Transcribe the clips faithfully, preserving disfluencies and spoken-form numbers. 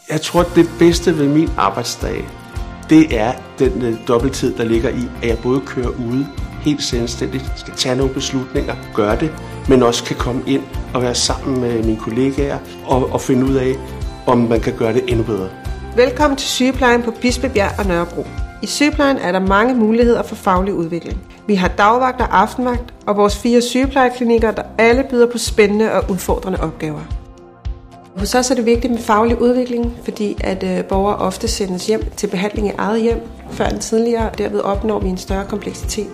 Jeg tror, at det bedste ved min arbejdsdag, det er den øh, dobbelttid, der ligger i, at jeg både kører ude helt selvstændigt, skal tage nogle beslutninger, gøre det, men også kan komme ind og være sammen med mine kollegaer og, og finde ud af, om man kan gøre det endnu bedre. Velkommen til sygeplejen på Bispebjerg og Nørrebro. I sygeplejen er der mange muligheder for faglig udvikling. Vi har dagvagt og aftenvagt, og vores fire sygeplejeklinikker, der alle byder på spændende og udfordrende opgaver. Hos os er det vigtigt med faglig udvikling, fordi at øh, borgere ofte sendes hjem til behandling i eget hjem før end tidligere, og derved opnår vi en større kompleksitet.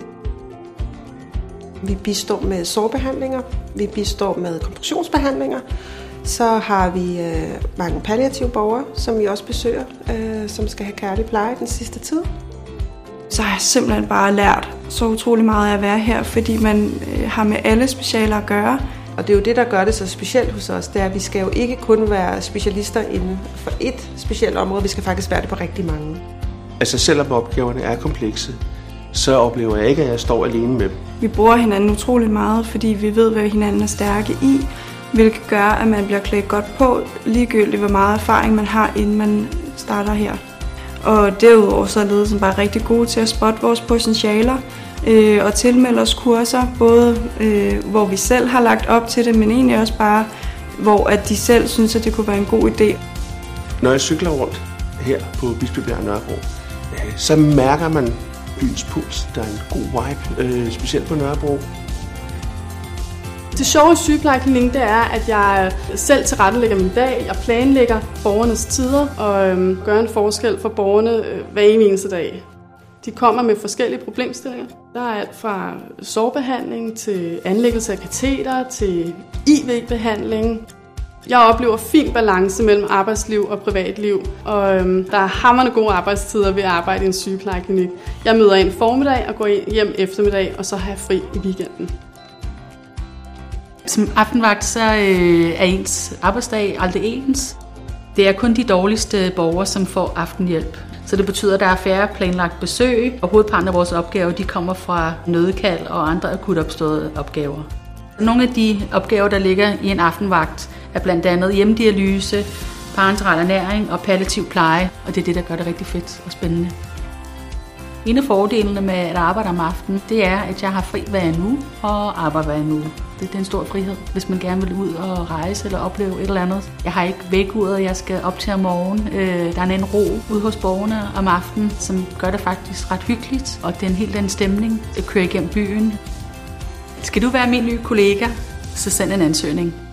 Vi bistår med sårbehandlinger, vi bistår med kompressionsbehandlinger, så har vi øh, mange palliative borgere, som vi også besøger, øh, som skal have kærlig pleje den sidste tid. Så har jeg simpelthen bare lært så utrolig meget af at være her, fordi man øh, har med alle specialer at gøre. Og det er jo det, der gør det så specielt hos os, det er, at vi skal jo ikke kun være specialister inden for et specielt område, vi skal faktisk være det på rigtig mange. Altså selvom opgaverne er komplekse, så oplever jeg ikke, at jeg står alene med dem. Vi bruger hinanden utroligt meget, fordi vi ved, hvad hinanden er stærke i, hvilket gør, at man bliver klædt godt på, ligegyldigt hvor meget erfaring man har, inden man starter her. Og derudover så er ledelsen bare rigtig gode til at spotte vores potentialer øh, og tilmelde os kurser, både øh, hvor vi selv har lagt op til det, men egentlig også bare, hvor at de selv synes, at det kunne være en god idé. Når jeg cykler rundt her på Bispebjerg og Nørrebro, øh, så mærker man byens puls. Der er en god vibe, øh, specielt på Nørrebro. Det sjove i sygeplejeklinikken, det er, at jeg selv tilrettelægger min dag. Jeg planlægger borgernes tider og øhm, gør en forskel for borgerne øh, hver eneste dag. De kommer med forskellige problemstillinger. Der er alt fra sårbehandling til anlæggelse af kateter til I V-behandling. Jeg oplever fin balance mellem arbejdsliv og privatliv, og øhm, der er hamrende gode arbejdstider ved at arbejde i en sygeplejeklinik. Jeg møder ind formiddag og går hjem eftermiddag, og så har jeg fri i weekenden. Som aftenvagt så øh, er ens arbejdsdag aldrig ens. Det er kun de dårligste borgere, som får aftenhjælp. Så det betyder, at der er færre planlagt besøg, og hovedparten af vores opgaver de kommer fra nødkald og andre akut opståede opgaver. Nogle af de opgaver, der ligger i en aftenvagt, er blandt andet hjemmedialyse, parenteral ernæring og palliativ pleje, og det er det, der gør det rigtig fedt og spændende. En af fordelene med at arbejde om aftenen, det er, at jeg har fri hver en uge og arbejder hver en uge. Det er en stor frihed, hvis man gerne vil ud og rejse eller opleve et eller andet. Jeg har ikke vækkeuret, jeg skal op til om morgenen. Der er en ro ude hos borgerne om aftenen, som gør det faktisk ret hyggeligt, og det er en helt anden stemning at køre igennem byen. Skal du være min nye kollega, så send en ansøgning.